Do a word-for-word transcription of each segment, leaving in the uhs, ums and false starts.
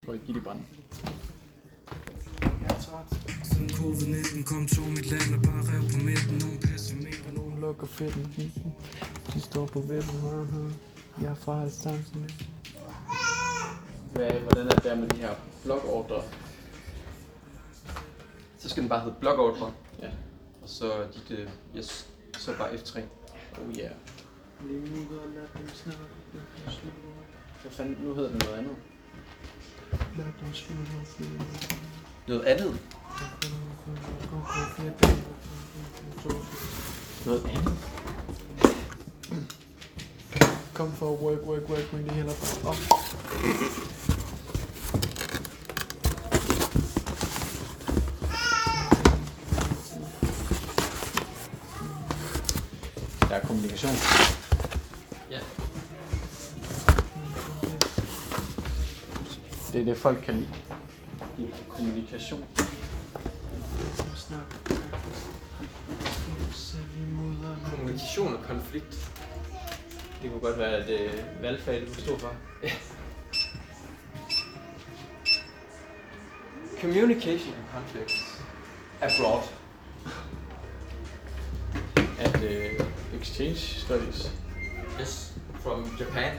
for at give de brænde. Siden covid nitten kom to mit land og bare rev på midten. Nogle pessimeter, nogle lukker fedten. De står på vippen. Jeg er fra halvstansen. Hvad, hvordan er det der med de her blokordre? Så skal den bare hedde blokordre. Ja. Og så dit, uh, yes, så bare F tre. Oh yeah. Hvad fanden, nu hedder den noget andet. Noget andet? Noget andet? Kom for at work, work, work, men det hælder bare op. Der er kommunikation. Ja. Det er det, folk kan lide. Det er kommunikation. Kommunikation og konflikt. Det kunne godt være et øh, valgfag, du stod for. Communication and conflicts abroad. At uh, exchange studies. Yes, from Japan.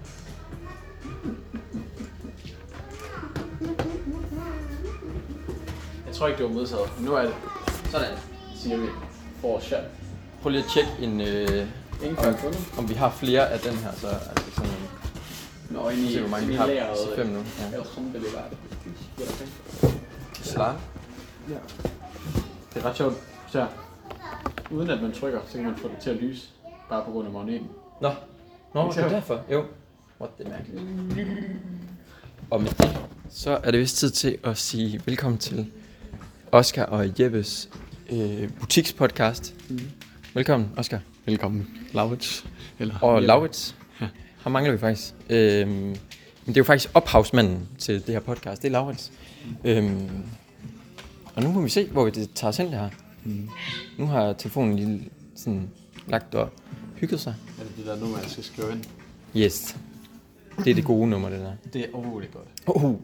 Jeg tror ikke, det var modtaget. Nu er det, Sådan. siger vi, for shot. Prøv lige at tjekke en, øh, Ingen om, fejl fundet. om vi har flere af den her, så altså sådan en. Nå, ind i, Se hvor mange ind vi i har. lageret. Så fem nu. Ja. Eller sådan, det ligger det. Salam. Ja. Det er ret sjovt. Så uden at man trykker, så kan man få det til at lyse. Bare på grund af magneten. Nå, Nå det er derfor. Jo. What the mærkeligt. Og med det, så er det vist tid til at sige velkommen til Oscar og Jeppes øh, butikspodcast. Mm. Velkommen, Oscar. Velkommen, Laurits. Eller Og Jeppe. Laurits. Ja. Ham mangler vi faktisk. Øhm, men det er jo faktisk ophavsmanden til det her podcast. Det er Laurits. Øhm, og nu må vi se, hvor det tager os hen det her. Mm. Nu har telefonen lige sådan lagt og hygget sig. Er det det der nummer, jeg skal skrive ind? Yes. Det er det gode nummer, det der. Det er overhovedet godt. Uh.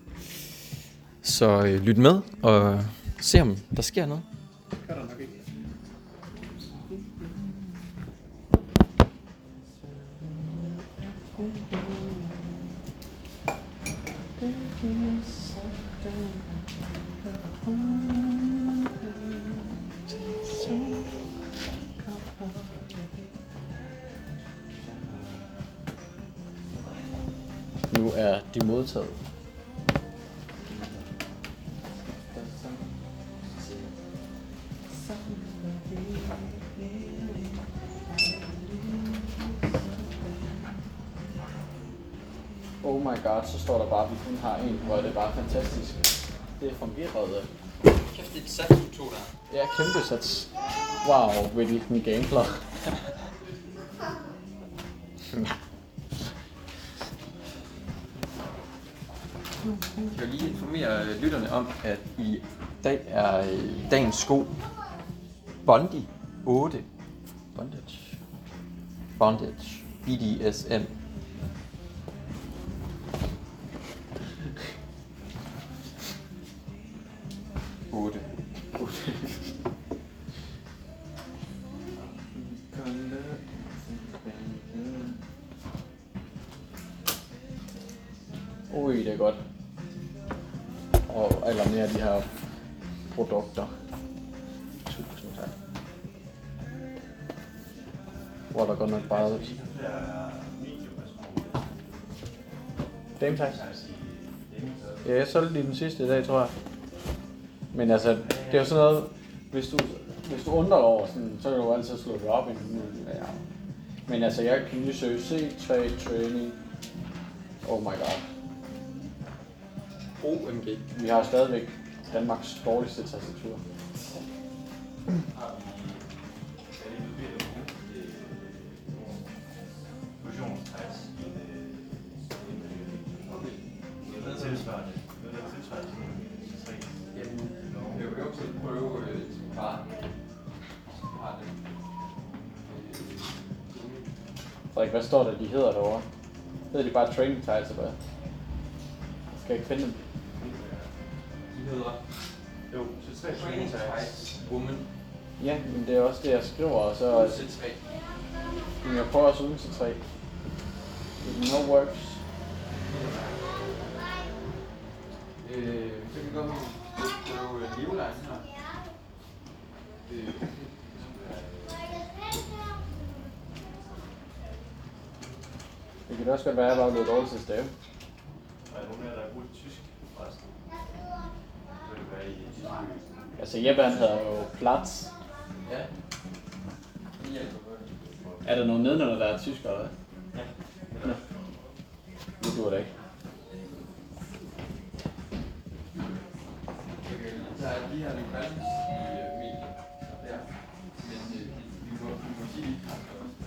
Så øh, lyt med og se om der sker noget. Gør der nok ikke. Nu er de modtaget. Oh my god, så står der bare, at vi kun har en, hvor det er bare fantastisk. Det er fungeret. Kæft, det er et sats, du tog der. Ja, kæmpe sats. Wow, hvilken gameplay. Jeg vil lige informere lytterne om, at i dag er øh, dagens sko Bondi otte. Bondage. Bondage. B D S M. otte. Ui, det er godt. Og eller mere af de her produkter. Tusind tak. Hvor der godt nok bare... Dame tax. Ja, jeg solgte lige den sidste i dag, tror jeg. Men altså, det er jo sådan noget, hvis du, hvis du undrer dig over sådan, så kan du altid slå det op i en ja. Men altså, jeg kan lige søge C tre training. Oh my god. O M G. Vi har stadigvæk Danmarks dårligste tastatur. Jeg vil også prøve et par. Frederik, hvad står der, de hedder derovre? Hedder de bare training tiles eller hvad? Kan jeg ikke finde dem? De hedder... Jo, så tre tights woman. Ja, men det er også det, jeg skriver, og så... C tre. Men jeg prøver også uden C tre. No works. Øh, så kan vi godt prøve Neoline her. Øh, Det kan det også godt være, at jeg bare er blevet dårlig til at stave. Og er der nogen af jer, der er brugt tysk resten? Så vil det være i tysk. Altså Jeppe han hedder jo Platz. ja. Ja. Er der nogen nedenunder, der er tyskere, eller hvad? Ja. Nå. Det duer da ikke. Der er de her nogle balance i øh, medier. Der. Men øh, vi må, vi må sige, at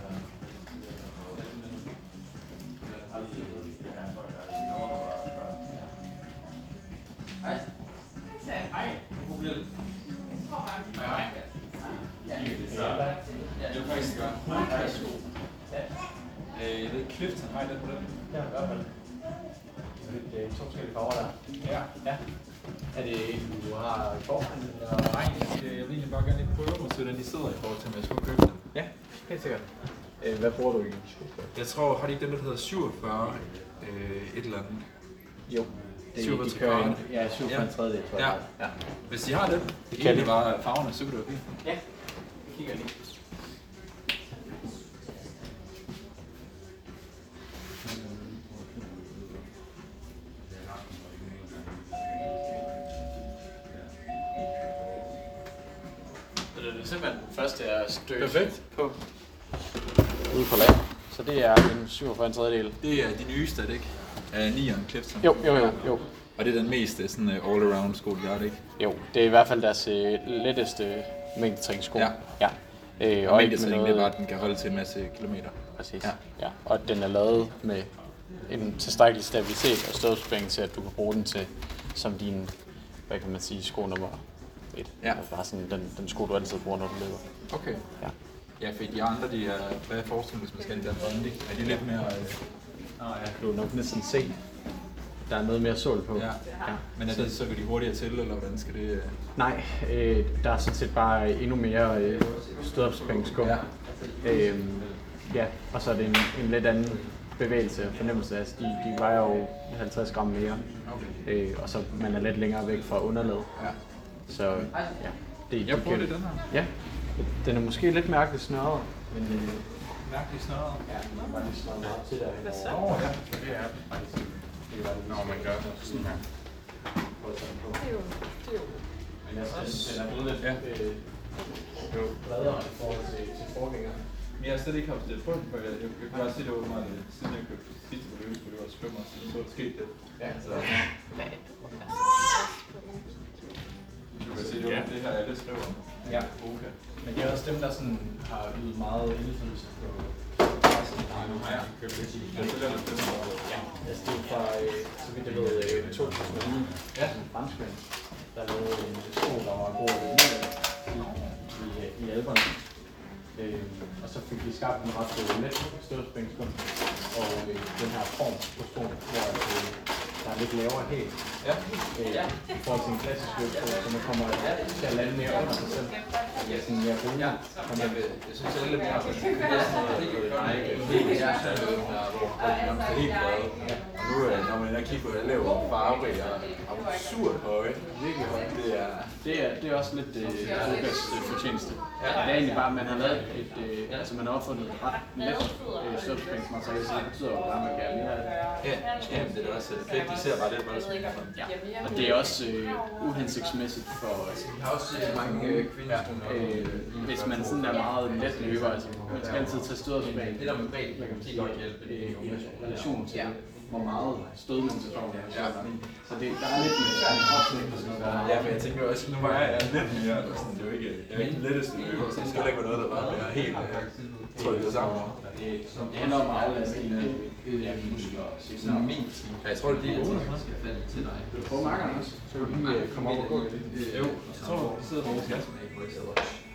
Hej. Hej. Hvor bliver det? Hej. Ja, det er faktisk godt. Hej, sko. Jeg ved, Clifton har I det på den? Ja, i hvert fald. Det er to forskellige farver der. Ja. Ja. Er det en, du har i forhånd? Nej, jeg vil egentlig bare gerne lige prøve mig til, hvordan de sidder i forhold til, om jeg skulle købe den. Ja, helt sikkert. Øh, hvad bruger du i sko? Jeg tror, har de ikke den, der hedder syvogfyrre øh, et eller andet? Jo. Det, syv de til kører kvart. en, ja, syv for en tredjedel, tror jeg. Ja. Ja. Hvis de har den, det kan kan de. bare farverne, så kan det være fint. Ja, vi kigger lige. Så det er simpelthen den første, jeg støtter Perfekt. på ude på land. Så det er en syv for en tredjedel. Det er de nyeste, er det ikke? Af nieren Clifton. Jo, jo, jo, jo. Og det er den meste sådan uh, all-around sko, de har, det ikke? Jo, det er i hvert fald deres øh, letteste mængdetræningssko. Ja. Ja. Øh, Og ikke med mængdetræning, det er bare, at den kan holde til en masse kilometer. Præcis. Ja. Ja. Ja. Og den er lavet med en tilstrækkelig stabilitet og stødspring til, at du kan bruge den til som din, hvad kan man sige, sko nummer et. Ja. Altså bare sådan den, den sko, du altid bruger, når du løber. Okay. Ja. Ja, for de andre, de er, hvad er forskellen, hvis man skal have de der bondy? Er de lidt mere... Øh... Nå ja, du kan nok næsten se, der er noget mere sål på. Ja. Ja. Men er det, så går de hurtigere til, eller hvordan skal det... Øh... Nej, øh, der er sådan set bare endnu mere øh, stødspringsko. Ja. Øhm, ja, og så er det en, en lidt anden bevægelse og fornemmelse. Altså, de, de vejer jo halvtreds gram mere, Okay. øh, og så man er lidt længere væk fra underlaget. Ja. Så ja, det, Jeg de prøver kan- det den her. Ja, den er måske lidt mærkeligt snørret, men øh, Mærkeligt snørret. ja, den er bare lige snørret meget til der. Åh, oh, ja. Det er det faktisk. Når man gør det sådan her. Men jeg synes, den er blevet lidt Ja. øh, Jo. bredere i forhold til, til forgængeren. Men jeg har slet ikke haft det prøvet, for jeg, jeg, jeg kunne bare se, det var meget, siden jeg købte sidste på løbet, for det var også fem år siden, så er der sket det. Ja, Så du kan se, det, var, det her alle skriver. Ja. Okay. Men det er også dem, der sådan har ydet meget indflydelse på resten. Ja, jeg købte det. Jeg følger det dem. Ja, altså det er fra, øh, så vidt jeg ved, øh, to tusind og ni. Ja. En franskmand, der lavede en sko, der var god i, i, i Alperne. Øh, og så fik de skabt en ret øh, let stødspringsko. Og øh, den her form på skoen, hvor øh, der er lidt lavere hæl. Ja. Øh, I forhold til en klassisk løbsko, så man kommer til at lande mere under sig selv. Det er sådan mere roligt. Ja, men jeg, vil- jeg synes alle mere, at det er sådan noget helt helt særligt, hvor hvor de er helt brede. Og nu, øh, når man er kigger på, at jeg laver farverige og absurd høje, virkelig høje, det er... Det er, det er også lidt øh, Rugas øh, fortjeneste. Ja. Det er egentlig bare, at man har lavet et, øh, altså man har opfundet et ret let øh, stødspængsmateriale, så det betyder jo bare, at man kan mere af det. Ja, ja, det er også fedt. De ser bare lidt voldsomt. Ja. Og det er også øh, uhensigtsmæssigt for, Vi har også øh, mange øh, kvinder, øh, hvis man sådan er meget let løber, altså man skal altid tage stødspæng. Det der med bag, Man kan sige, godt hjælpe. øh, i relation til hvor meget stødning til formen. Ja. Så det, der er lidt en afsnit, der skal være. Ja, men jeg tænker også, nu var jeg lidt mere, sådan, det er jo ikke, jeg er ikke den letteste løber, så det skal heller ikke være noget, der bare bliver helt øh, trykket sammen. Det handler om aflastning af muskler og Sådan min team. Ja, jeg tror, det er gode. skal falde til dig. Vil du prøve markerne også? Så kan du lige komme op og gå lidt. Jo, jeg tror, det sidder på vores gas.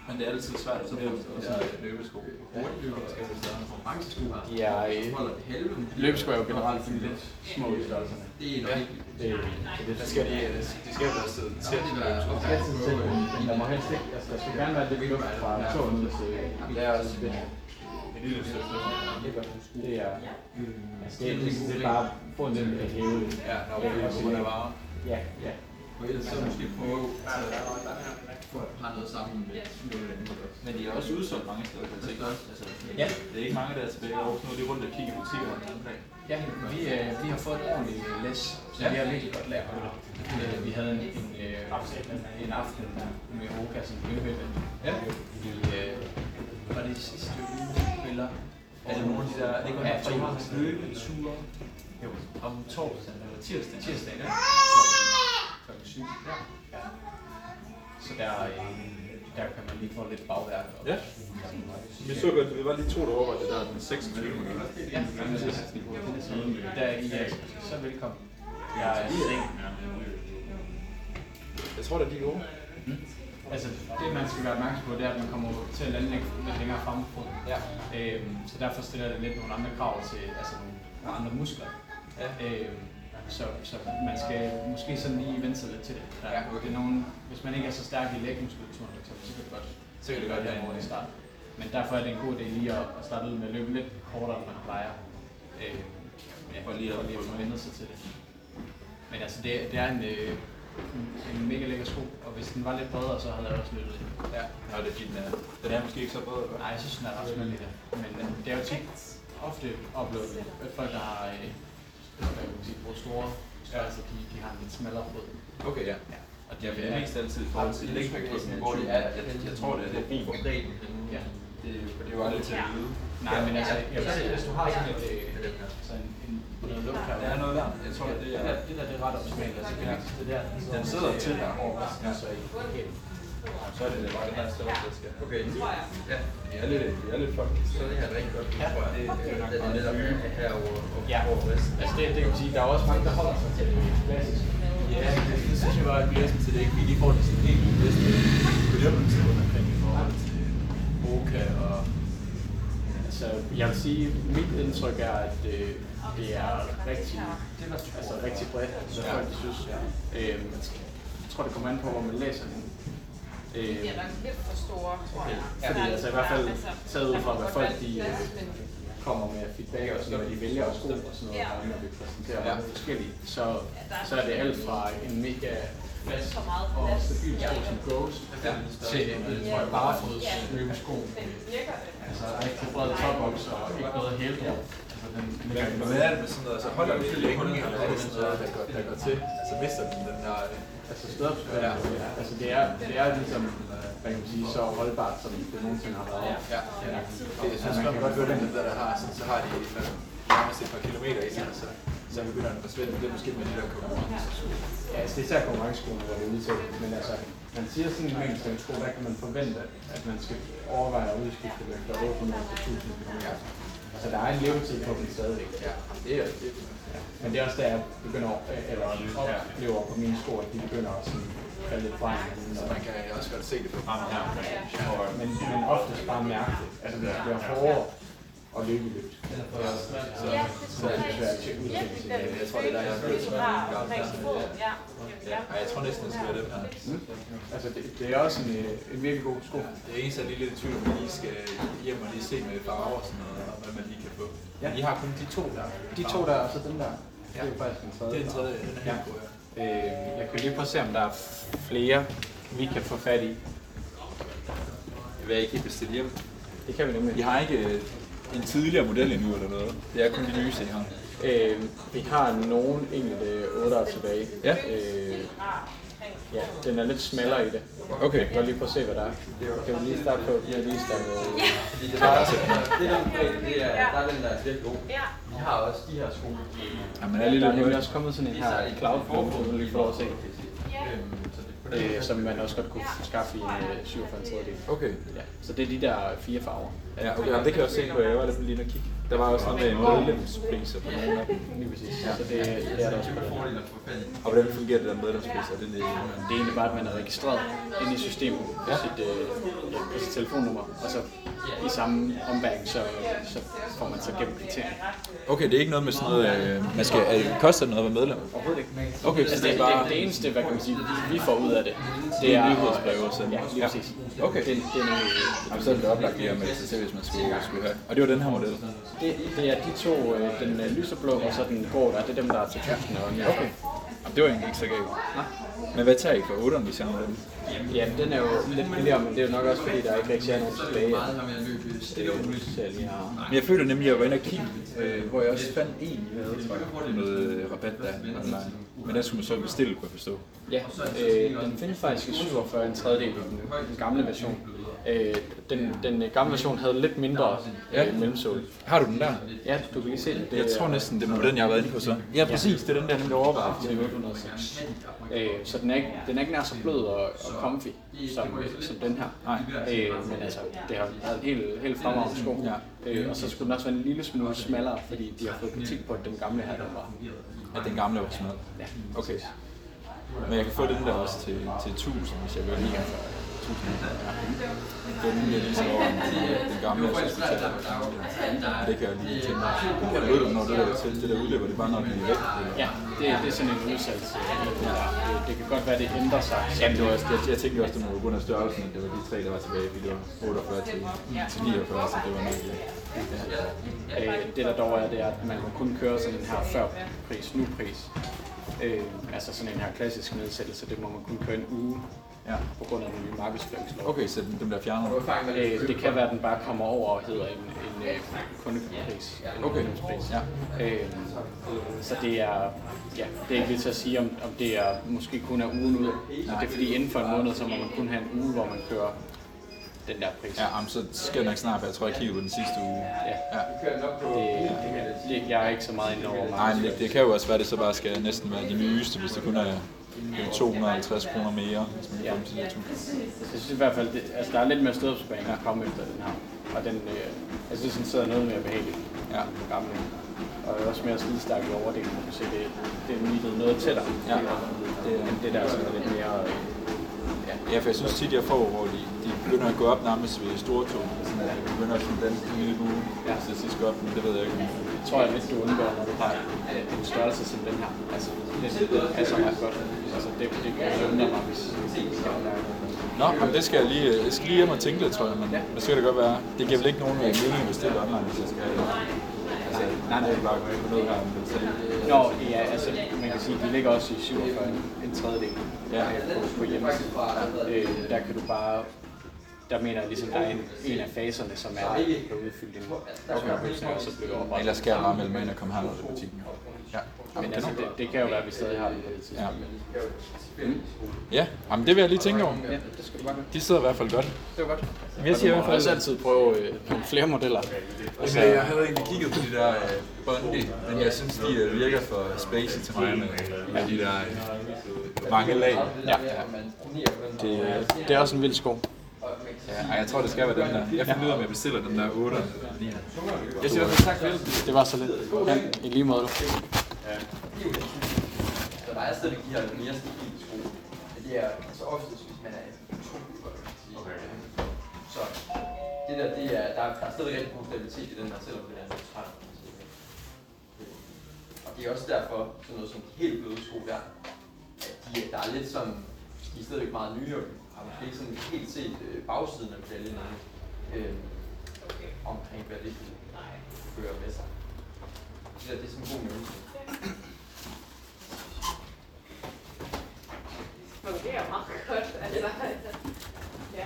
Men det er altid svært at tage på de der løbesko. Hurtigløbesko skal være mange sko. De er løbesko er jo generelt sådan lidt små i størrelserne. Det er nok ikke. Det skal de, de skal jo være stedet til. De skal altid til, men der må helst ikke, altså der skal gerne være lidt luft fra tåen ud til. Det er også det. En lille stykke. Det er, altså det er, det er bare få en lidt hæve. Ja, når vi også er varme. Ja, ja. Og ellers så måske prøve at have noget sammen med noget. Men de er også udsolgt mange steder, kan jeg tænke. Altså, ja. Det er ikke mange, der er tilbage over. Nu er de rundt og kigge i butikker den anden dag. Ja, vi, øh, vi har fået et ordentligt læs, så ja. Vi har virkelig godt lært det. Øh, vi havde en, en, øh, en aften med Oka, som løbeevent. Ja. Vi, øh, var det sidste uge, eller? Er det nogle af de der, det går her fra Johannes løbeture? Jo, om torsdag eller tirsdag. Tirsdag, ja. Klokken syv. Ja. Ja. Så der, øh, der kan man lige få lidt bagværk. Ja. Vi så godt, vi var lige to derovre, det der den seksogtyve minutter. Ja, der er I er så velkommen. Jeg er seng. Jeg tror, det er de gode. Mm. Altså, det man skal være opmærksom på, det er, at man kommer til at lande lidt længere fremme på. Ja. Øhm, så derfor stiller det lidt nogle andre krav til altså nogle andre muskler. Ja. Øhm, så, så man skal måske sådan lige vende sig lidt til det. Der, ja, okay. Det er nogen, hvis man ikke er så stærk i lægmuskulaturen, så kan det godt, så kan det godt være en start. Men derfor er det en god idé lige at, at starte ud med at løbe lidt kortere, end man plejer. Øhm, ja, for lige at, lige at vende sig til det. Men altså, det, det er en, øh, en, en mega lækker sko, og hvis den var lidt bredere, så havde jeg også løbet det. Ja, ja det er fint. Den er, den er måske ikke så bred. Nej, jeg synes, den er ret smøl i det. Men øh, det er jo tit ofte oplevet, at folk, der har øh, sige, brugt store størrelser, de, de har en lidt smallere fod. Okay, ja. Ja. Og de er mest altid i forhold til længden, hvor det er, jeg, jeg tror, det er det fint for bredden. Ja. Det, det er jo aldrig til at vide. Nej, men altså, jeg vil sige, hvis du har sådan et, sådan en, noget luft her. Der er noget der. Jeg tror, det er... Det der, det er ret optimalt. Altså, det vigtigste der, den sidder til der. Ja, så i helt. Så er det bare den her størrelse, der skal. Okay, ja. Det er lidt, det er lidt fucking. Så er det her rigtig godt, ja, tror jeg. Det, det, det er lidt af herover og ja. Over resten. Altså, det, det kan man sige, der er også mange, der holder sig til det klassisk. Ja, det, det synes jeg var et læsen til det, ikke? Vi lige får det sådan helt bedste bedømmelse omkring i forhold til Oka og... Altså, jeg vil sige, mit indtryk er, at øh, det er rigtig, altså, rigtig bredt, så ja. Folk de synes. Ja. Øhm, jeg tror, det kommer an på, hvor man læser den. Øh, de er nok lidt for store, tror jeg. Fordi altså, i hvert fald taget ud fra, hvad folk de, øh, kommer med feedback og sådan noget, de vælger og sko og sådan noget, ja. Når vi præsenterer ja. Mange forskellige, så, så er det alt fra en mega fast og stabil sko som Ghost ja. Til en barefods løbesko. Altså rigtig bred topboks og ikke noget hældrum. Men hvad er det med sådan noget? Altså holder det længe, eller er det sådan noget, der går, der går til? Altså mister den den her... Altså stødopsføring, ja. Altså det er, det er ligesom, hvad kan man sige, så holdbart, som det nogensinde har været. Ja, ja. Ja. Det, jeg synes, man kan godt høre den der, der har, sådan, så har de nærmest et par kilometer i sig, så, så begynder den at forsvinde. Det er måske med de der konkurrencesko. Ja, altså det er især konkurrenceskoene, hvor det er udtalt, men altså, man siger sådan en mainstream-sko, hvad kan man forvente, at man skal overveje at udskifte med fra otte hundrede til tusind kilometer. Så der er en levetid på den stadigvæk. Ja, det er det. Ja. Men det er også der, jeg begynder at, eller oplever på mine sko, at de begynder at sådan falde lidt fra hinanden. Så man kan også godt se det på frem her. Men, men oftest bare mærke det. Altså det bliver hårdere og løbe i løbet. Ja, det er virkelig den jeg tror, det er der, jeg har hørt så mange omkring foden. Ja, ja. Jeg tror næsten, det skal være dem her. Mm. Altså det, det er også en, en virkelig god sko. Det eneste er lige lidt i tvivl, om man lige skal hjem og lige se med farver og sådan noget, og hvad man lige kan få. Ja. I har kun de to der. De to der, og så den der. Det er jo faktisk den tredje. Det er den tredje, den er helt god, ja. Øh, jeg kan lige prøve at se, om der er flere, vi kan få fat i. Hvad I kan bestille hjem? Det kan vi nemlig. I har ikke en tidligere model endnu eller noget? Det er kun de nyeste, I har? Øh, vi har nogle enkelte otter tilbage. Ja. Øh, ja, den er lidt smallere i det. Okay. Jeg kan godt lige prøve at se, hvad der er. Kan vi lige starte på, vi har lige startet. Ja. Det er også, det er den, det er, der er den, der er virkelig god. Vi har også de her sko. Jamen, er lidt der er nemlig også kommet sådan en her i Cloud Pro, som du lige får at se. Øh, som man også godt kunne skaffe i en syvogfyrre tredjedel. Okay. Ja, så det er de der fire farver. Ja, okay, det kan jeg også se på. Jeg var lidt lige at kigge. Der var også noget med medlemspriser på nogle af dem. Lige præcis. Ja. Så det, det er der også på den. Og hvordan fungerer det der medlemspriser? Det, det, det er egentlig bare, at man er registreret inde i systemet på, ja. sit, øh, ja, på sit telefonnummer, og så i samme ombæring, så, så får man så gennem kvittering. Okay, det er ikke noget med sådan noget, øh, man skal, er det, koster det noget at være medlem? Overhovedet ikke. Okay, altså, så det, det er bare... det, det eneste, hvad kan man sige, vi får ud af det, det er nyhedsbrev og sådan. Ja, lige præcis. Okay. Det, det er noget, jamen, så er det oplagt lige at melde sig til, hvis man skulle, skulle have. Og det var den her model? Det, det er de to, øh, den øh, lyseblå og så den grå, der, det er dem, der er til tusind. Okay. Jamen, det var egentlig ikke så galt. Nej. Men hvad tager I for otteren, hvis jeg har den? Ja, den er jo lidt billigere, men det er jo nok også fordi, der ikke rigtig er nogen tilbage. Men jeg føler nemlig, at jeg var inde og kigge, øh, hvor jeg også fandt en, havde noget rabat der online. Men der skulle man så bestille, kunne jeg forstå. Ja, øh, den findes faktisk i syvogfyrre, en tredjedel i den, den gamle version. Øh, den, den gamle version havde lidt mindre ja. øh, mellemsål. Har du den der? Ja, du kan lige se den. Det, jeg tror næsten, det var den, jeg har været inde på så. Ja, præcis. Det er den der, nemlig overvejet. Det er otte hundrede og seks. Øh, så den er, ikke, den er ikke nær så blød og, og comfy som, som den her. Nej. Øh, men altså, det har været en helt, helt fremragende sko. Ja. Øh, og så skulle den også være en lille smule smallere, fordi de har fået kritik på, at den gamle her, den var... At den gamle var smal? Ja. Okay. Men jeg kan få den der også til, til tusind, hvis jeg vil lige have tusind. Ja. Den er lige så over den gamle, jeg synes, vi tager. Det kan jeg lige tænke mig. Jeg ved, når det der, til, det der udløber, det er bare, når den er væk. Ja, det, det er sådan en udsalgs. Det, det kan godt være, det ændrer sig. Jamen, det var også, jeg, jeg tænkte også, det var på grund af størrelsen, at det var de tre, der var tilbage, fordi det var otteogfyrre til niogfyrre, så det var nok det. Ja. Det der dog er, det er, at man kun kører sådan en her før pris, nu pris. Øh, altså sådan en her klassisk nedsættelse, det må man kun køre en uge. Ja. På grund af den nye markedsføringslov. Okay, så dem der fjerner? Øh, det kan være, at den bare kommer over og hedder en, en, en kundepris. Okay. Ja. Øh, så det er, ja, det er ikke lige til at sige, om, om det er måske kun er ugen ud. Så det er fordi inden for en måned, så må man kun have en uge, hvor man kører den der pris. Ja, jamen, så skal jeg nok snart, for jeg tror, jeg kigger på den sidste uge. Ja. Ja. Det, det, jeg er ikke så meget inde over markedsføring. Nej, det, det kan jo også være, det så bare skal næsten være de nyeste, hvis det kun er to hundrede og halvtreds kroner mere, hvis man kan komme til det to. Jeg synes i hvert fald, det, altså der er lidt mere stødopsparing at komme efter den her. Og den, øh, jeg synes, den sidder noget mere behageligt ja. På gamle. Og også mere slidstærk i overdelen. Man kan se, det, det er nittet noget tættere. Ja. Det, det der er sådan lidt mere... Øh, ja. ja, for jeg synes tit, jeg får, hvor de, de begynder at gå op nærmest ved stortog. Sådan at de begynder sådan den lille bue, ja. Så sidst gå op, men det ved jeg ikke. Jeg tror, jeg lidt, du undgår, når du har en størrelse som den her. Altså, det, det passer ret godt. Altså, det, det kan jeg undre mig, hvis Nå, men det skal jeg lige, jeg skal lige hjem og tænke lidt, tror jeg, men ja. Det skal det godt være. Det giver vel ikke nogen mening at bestille online, hvis jeg skal have det. Altså, nej, nej, det er bare at gå ind på noget her, men det er Nå, ja, altså, man kan sige, de ligger også i syvogfyrre, en tredjedel ja. på, på hjemmesiden. Øh, der kan du bare, der mener jeg ligesom, der er en, en af faserne, som er på udfyldt inden. Okay. Og så bliver det oprettet. Ellers skal jeg bare melde mig ind og komme herned til butikken. Ja. Men altså, det, det kan jo være, at vi stadig har den på det tidspunkt. Ja, mm. ja. Jamen, det vil jeg lige tænke over. Ja, det skal du bare gøre. De sidder i hvert fald godt. Det var godt. Men jeg siger i hvert fald også altid prøve øh, nogle flere modeller. Altså, jeg havde egentlig kigget på de der øh, Bondi, men jeg synes, de øh, virker for spacey til mig med, med de der øh, mange lag. Ja, det, øh, det er også en vild sko. Ja, jeg tror, det skal være den der. Jeg finder ud af, om jeg bestiller den der otte. Jeg siger også tak for det. Det var så lidt. Ja, i lige måde. Ja. Så der er stadig de her mere stabile sko. Det er så oftest, hvis man er to. Okay. Så det der, det er, der er, der er stadig rigtig god stabilitet i den der, selvom det er en træt. Og det er også derfor, sådan noget som de helt bløde sko der, at de, der er lidt sådan, de er stadigvæk meget nye, og har måske ikke sådan helt set øh, bagsiden af medaljen øh, okay. Omkring, hvad det fører med sig. Det der, det er sådan en god nævnelse. Det fungerer meget godt, altså. Ja.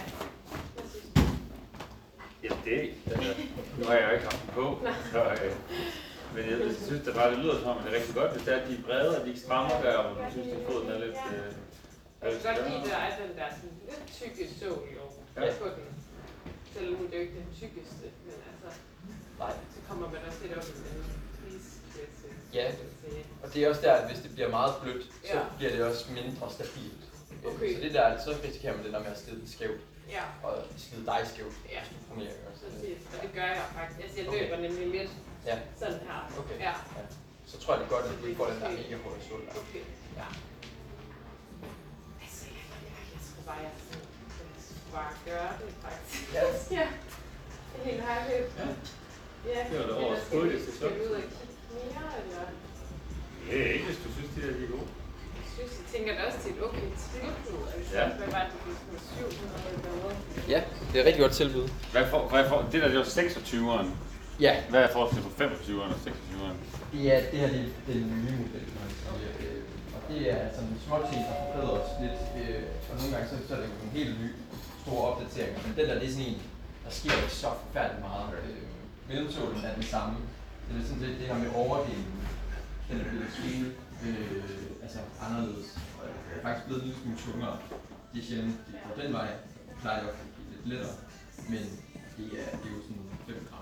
Ja, det altså, nu har jeg jo ikke haft den på, så, øh, men jeg synes det bare, det lyder som om, det er rigtig godt, hvis det er, at de er brede, og de ikke strammer der, og man synes, at foden er lidt... Øh, jeg kan godt lide, at der er den der sådan lidt tykke sål jo. Ja. På den. Selvom det er jo ikke den tykkeste, men altså, nej, så kommer man også lidt op i den pris. Ja, og det er også der, at hvis det bliver meget blødt, så ja. Bliver det også mindre stabilt. Okay. Så det der, så risikerer man det der med at slide den skævt. Ja. Og slide dig skævt. Ja. Hvis du promenerer. Præcis, og det gør jeg faktisk. Altså, jeg løber nemlig lidt ja. sådan her. Okay. Ja. Ja. Så tror jeg det er godt, at du ikke får den der mega hårde sol. Okay. Ja. Altså, jeg, jeg, jeg tror bare, jeg sådan, jeg skulle bare gøre det faktisk. Yes. Ja. Det er helt herligt. Ja. Ja. Det var da Eller årets skal vi- hurtigste Skal vi ud og kigge mere, eller? Ja, ikke hvis du synes, de der de er gode. Jeg synes, jeg tænker det også til et okay tilbud. Altså, Ja. hvad var det, det blev syv hundrede eller noget? Ja, det er et rigtig godt tilbud. Hvad for, hvad for, det der, det var seksogtyveren. Ja. Hvad er forskellen på femogtyveren og seksogtyveren? Ja, det her det, det er den nye model, kan man sige. Øh, Og det er sådan små ting, der forbedrer os lidt. Øh, Og nogle gange så, så er det jo en helt ny store opdatering. Men den der, det er sådan en, der sker ikke så forfærdeligt meget. Øh, Mellemsålen er den samme. Det er sådan det, det her med overdelen. Den er blevet skilt øh, altså anderledes. Og det er faktisk blevet en lille smule tungere. Det er sjældent, det på den vej plejer det at blive lidt lettere. Men det er, det er jo sådan fem gram.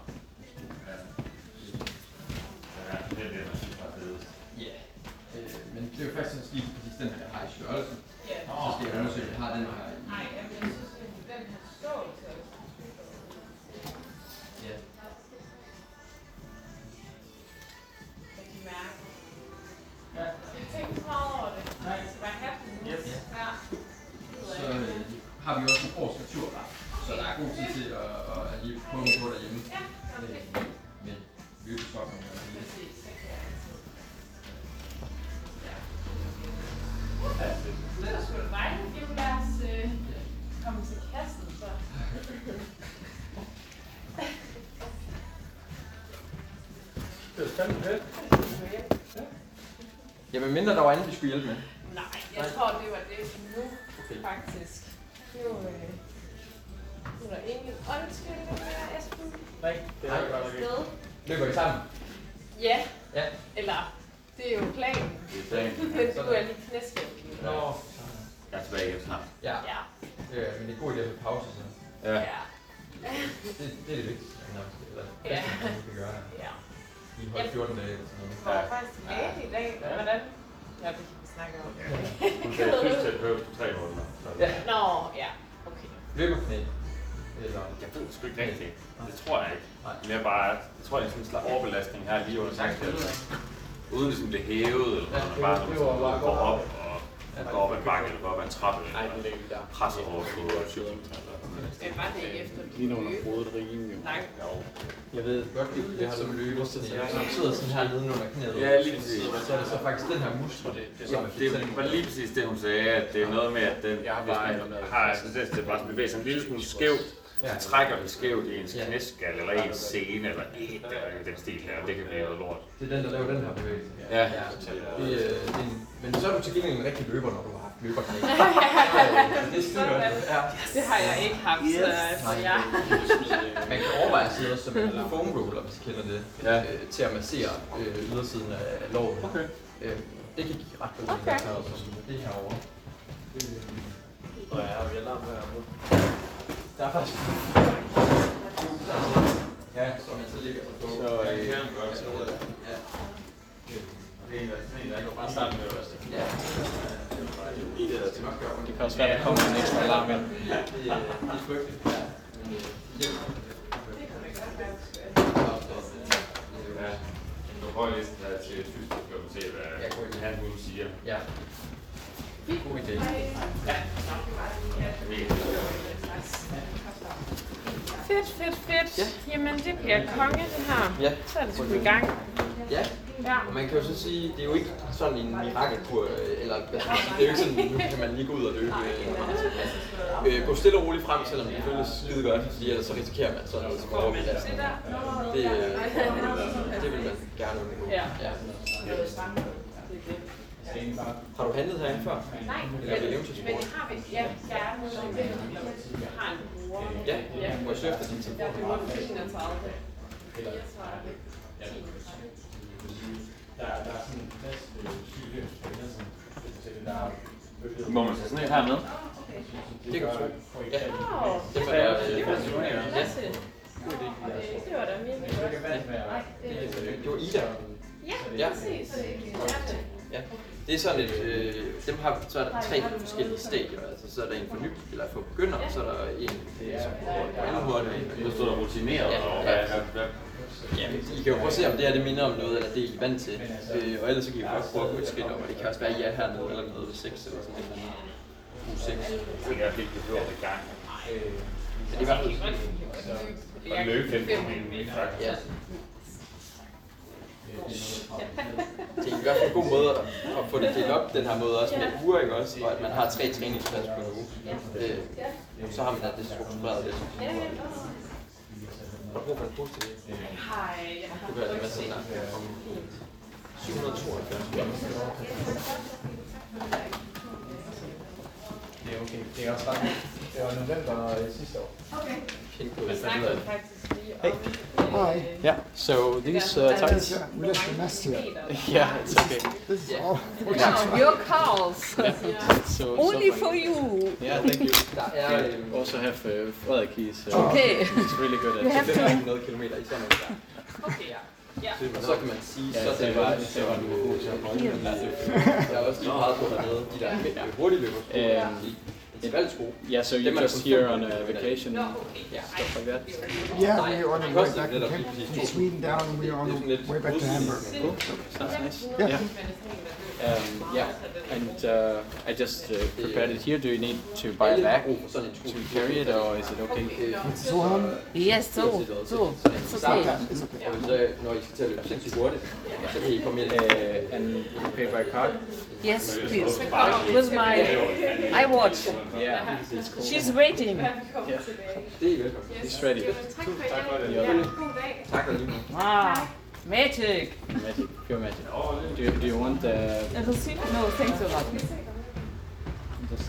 Ja, det er det, jeg synes er fedest. Ja, øh, men det er jo faktisk sådan lige præcis den her har i størrelse. Ja. Så skal jeg undersøge, at jeg har den her i. Nej, jeg synes, at den her ståelse. Ja. Jeg kan mærke. Ja. Jeg tænkte så meget over det. Nej. Jeg skal bare have den nu. Yes. Ja. Så øh, har vi også en års returret, så der er god tid til at, at, at lige prøve på derhjemme. Ja, med, med løbesokkerne og det hele. præcis. Det er sgu da dejligt. Vi vil lade os øh, komme til kassen, så. Det er fandme fedt. Jamen mindre der var andet, vi skulle hjælpe med. Nej, jeg tror, det var det nu, Okay. faktisk. Nu, øh, nu er der ingen undskyldning mere, Esben. Nej, det er godt nok ikke. Sted. Løber I sammen? Ja. Ja. Eller, det er jo planen. Det er dagen. Men du er lige knæskæld. Nå. Jeg er tilbage igen snart. Ja. Ja. Øh, men det er god idé at have pause så. Ja. Ja. Det, det er det vigtigste. Eller Ja. bedste, man kan gøre. Ja. I holdt fjorten dage eller sådan noget. Jeg var faktisk tilbage i dag. Hvordan? Ja, det kan vi snakke om. Hun sagde fysioterapeut på tre måneder. Så Ja. Nå, ja. Okay. Løberknæ. Eller... jeg ved sgu ikke rigtigt. Det tror jeg ikke. Mere bare, jeg tror, det er sådan en slags overbelastning her lige under sankstællet. Uden ligesom det hævet, eller noget, man bare når man går op og går op ad en bakke, eller går op ad en trappe, eller presser over på cyklen. Men var det ikke efter Lige når hun har fået rigen jo. Nej. Jeg ved godt lide det her som løber, så jeg sidder sådan her nede under knæet. Ja, lige præcis. Så er det så faktisk den her muskel, det, det, Ja, det var lige præcis det, hun sagde, at det er noget med, at den, Jeg har hvis bare man har tendens til at bare bevæge sig en lille smule skævt, så trækker den skævt i ens knæskal, eller ens sene, eller et eller den stil her, og det kan blive noget lort. Det er den, der laver den her bevægelse. Ja. Det, øh, det er en, men så er du til gengæld en rigtig løber, når du har haft løberknæ. Det er skide godt. Ja. Det har jeg ikke haft, så altså, ja. Man kan overveje at sidde også som en foam roller, hvis I kender det, Ja. øh, til at massere øh, ydersiden af låret. Okay. Øh, det kan give ret god Okay. det herovre. Og jeg har vel alarm herude. Der er faktisk... Ja, så man så ligger på. Så, øh, Jeg kan godt se det. Ja. Det er en, der ikke bare starte med først. Ja. Det kan også være, der kommer en ekstra alarm ind. Det er det er frygteligt. Ja. Men, øh, det er- Ja. Du prøver lige at tage til fysioterapeuten og se, hvad han hun siger. Ja. God idé. Fedt, fedt, fedt. Ja. Jamen, det bliver konge, det her. Ja. Så er det sgu i gang. Ja. Ja. Og man kan jo så sige, det er jo ikke sådan en mirakelkur, øh, eller hvad skal man sige, det er jo ikke sådan, nu kan man lige gå ud og løbe. Øh, øh, gå stille og roligt frem, selvom det føles skide godt, fordi ellers så risikerer man sådan noget som overbelastning. Det, øh, det vil man gerne undgå. Ja. Ja. Har du handlet herinde før? Nej, Eller er det men, eventyrssport? men det har vi. Ja, gerne. Jeg har en bror. Ja, må jeg søge efter din telefon? Jeg er enogtredive. fireogtredive. Der er sådan en fast sygehjemspenge, som fortæller, der er Må man tage sådan et her med? Det kan du tro. Ja. Åh, Det var der, det øh, var sgu ja. klasse. Det var da mega godt. Det var Ida. Ja, Ja. præcis. Ja. Det er sådan et, øh, dem har, så er der tre forskellige stadier, altså så er der en for ny, eller for begynder, og så er der en, som på endnu hurtigt. Nu står der rutineret, Ja, og ja. hvad, hvad, hvad, Ja, I kan jo prøve at se, om det her det minder om noget, eller det I er vant til. Øh, og ellers så kan I godt prøve at gå et skridt op, og det kan også være, at I er hernede eller noget ved seks eller sådan et eller andet. uge seks. jeg kan ikke behøver det gang. Men det er i hvert fald Og løbe fem kilometer, faktisk. Ja. Det er i hvert fald en god måde at, at få det delt op den her måde også med uger, ikke også? Og at man har tre træningspas på en uge. Øh, så har man da det struktureret lidt. Har du brug for en positiv? Hej, Du kan altså være sådan her. syv hundrede og tooghalvfjerds. Det er okay. Det er også ret. Det var november sidste år. Okay. Pink Vi snakkede faktisk lige om... Hi. Yeah. So these uh, tights. We left the mess here. Yeah, it's okay. This is all. Wow, your calls. Yeah. So, Only so for you. Yeah, thank you. Der er We øhm, also have uh, Frederik. He's uh, Okay. he's really good You at have it. to. femten hundrede kilometer i sådan noget der. Okay, ja. Ja. Og så kan man sige, Ja, så det det var- var det var som, du god til at holde. øh, jeg har også lige peget på dernede, de der hurtige løber, Øhm, intervalsko. Yeah, so Dem you're er just kun here fem on a minutter. vacation Nå, and okay. Ja. stuff like that. Yeah, we were on the way back Det er from, lige præcis from to. Sweden down, and we were on the way back to Hamburg. Cool. Sounds nice. Yeah. Yeah. Um, yeah. And uh, I just uh, prepared it here. Do you need to buy a bag to carry it, or is it okay? So um, Yes, so, so, it's okay. it's okay. Og så, når I skal til at løbe sindssygt hurtigt, så kan I komme ind. Uh, and you pay by card? Yes, please. With my iWatch. Yeah. It's cool. She's waiting. Yeah. Det er I velkommen. He's ready. Tak for det. Ja. Ja, god dag. Tak og lige måde. Ah, magic. Magic. Pure magic. Do you, do you want the... A receipt? No, thanks a lot. Just, just,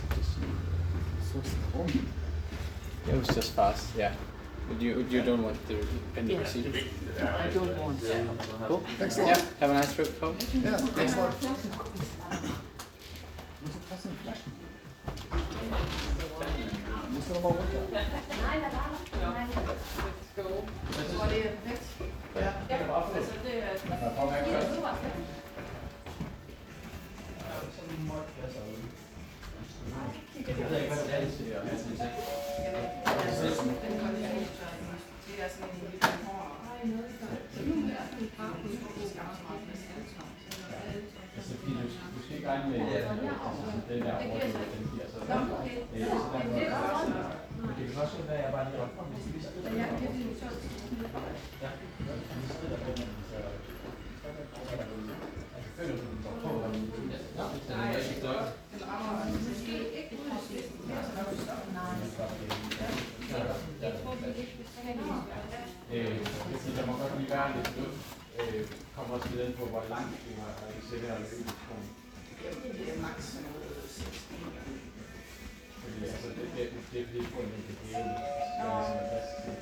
it was just fast. Yeah. But you you don't want the penny Yeah. receipt? I don't want. Cool. Thanks a lot. Yeah. Have a nice trip, Paul. Yeah, thanks a lot. Let's go. Der må godt lige være lidt luft. Kommer også lidt ind på, hvor langt vi har sætte her løb. Det er max Fordi altså, det, det, det er fordi, på en kan hæve, så er det plads til.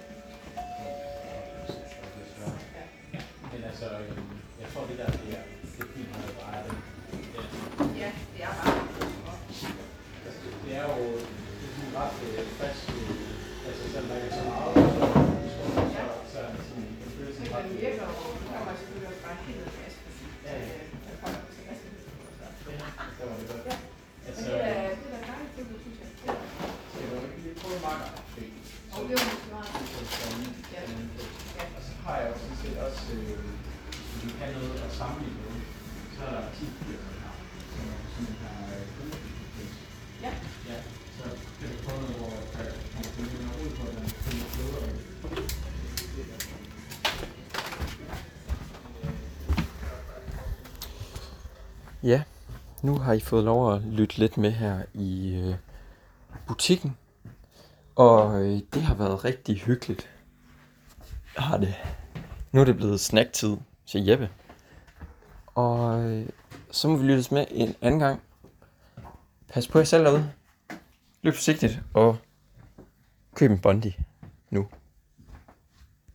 Men altså, jeg tror det der, det er, det er fint, når det bare er det. Ja, det er bare. Det er jo det er sådan ret øh, frisk, øh, altså selvom der ikke er så meget, så, så er det sådan, det føles sådan ret. Men den virker jo, den kommer selvfølgelig også bare helt fast. Ja, ja. Der kommer også en masse. Det var det godt. Men Altså, det er det er da dejligt, det synes jeg. skal du ikke lige prøve marker? Og det var måske meget. Ja. Og så har jeg jo sådan set også, øh, hvis vi kan noget at sammenligne med, så er der ti firmaer her, som er sådan en her øh, Google-pris. Ja. Ja, så kan du prøve noget, hvor man kan finde ud på, at man finder fløder. Ja, nu har I fået lov at lytte lidt med her i øh, butikken. Og øh, det har været rigtig hyggeligt. Har det. Nu er det blevet snacktid, siger Jeppe. Og øh, så må vi lyttes med en anden gang. Pas på jer selv derude. Løb forsigtigt og køb en Bondi nu.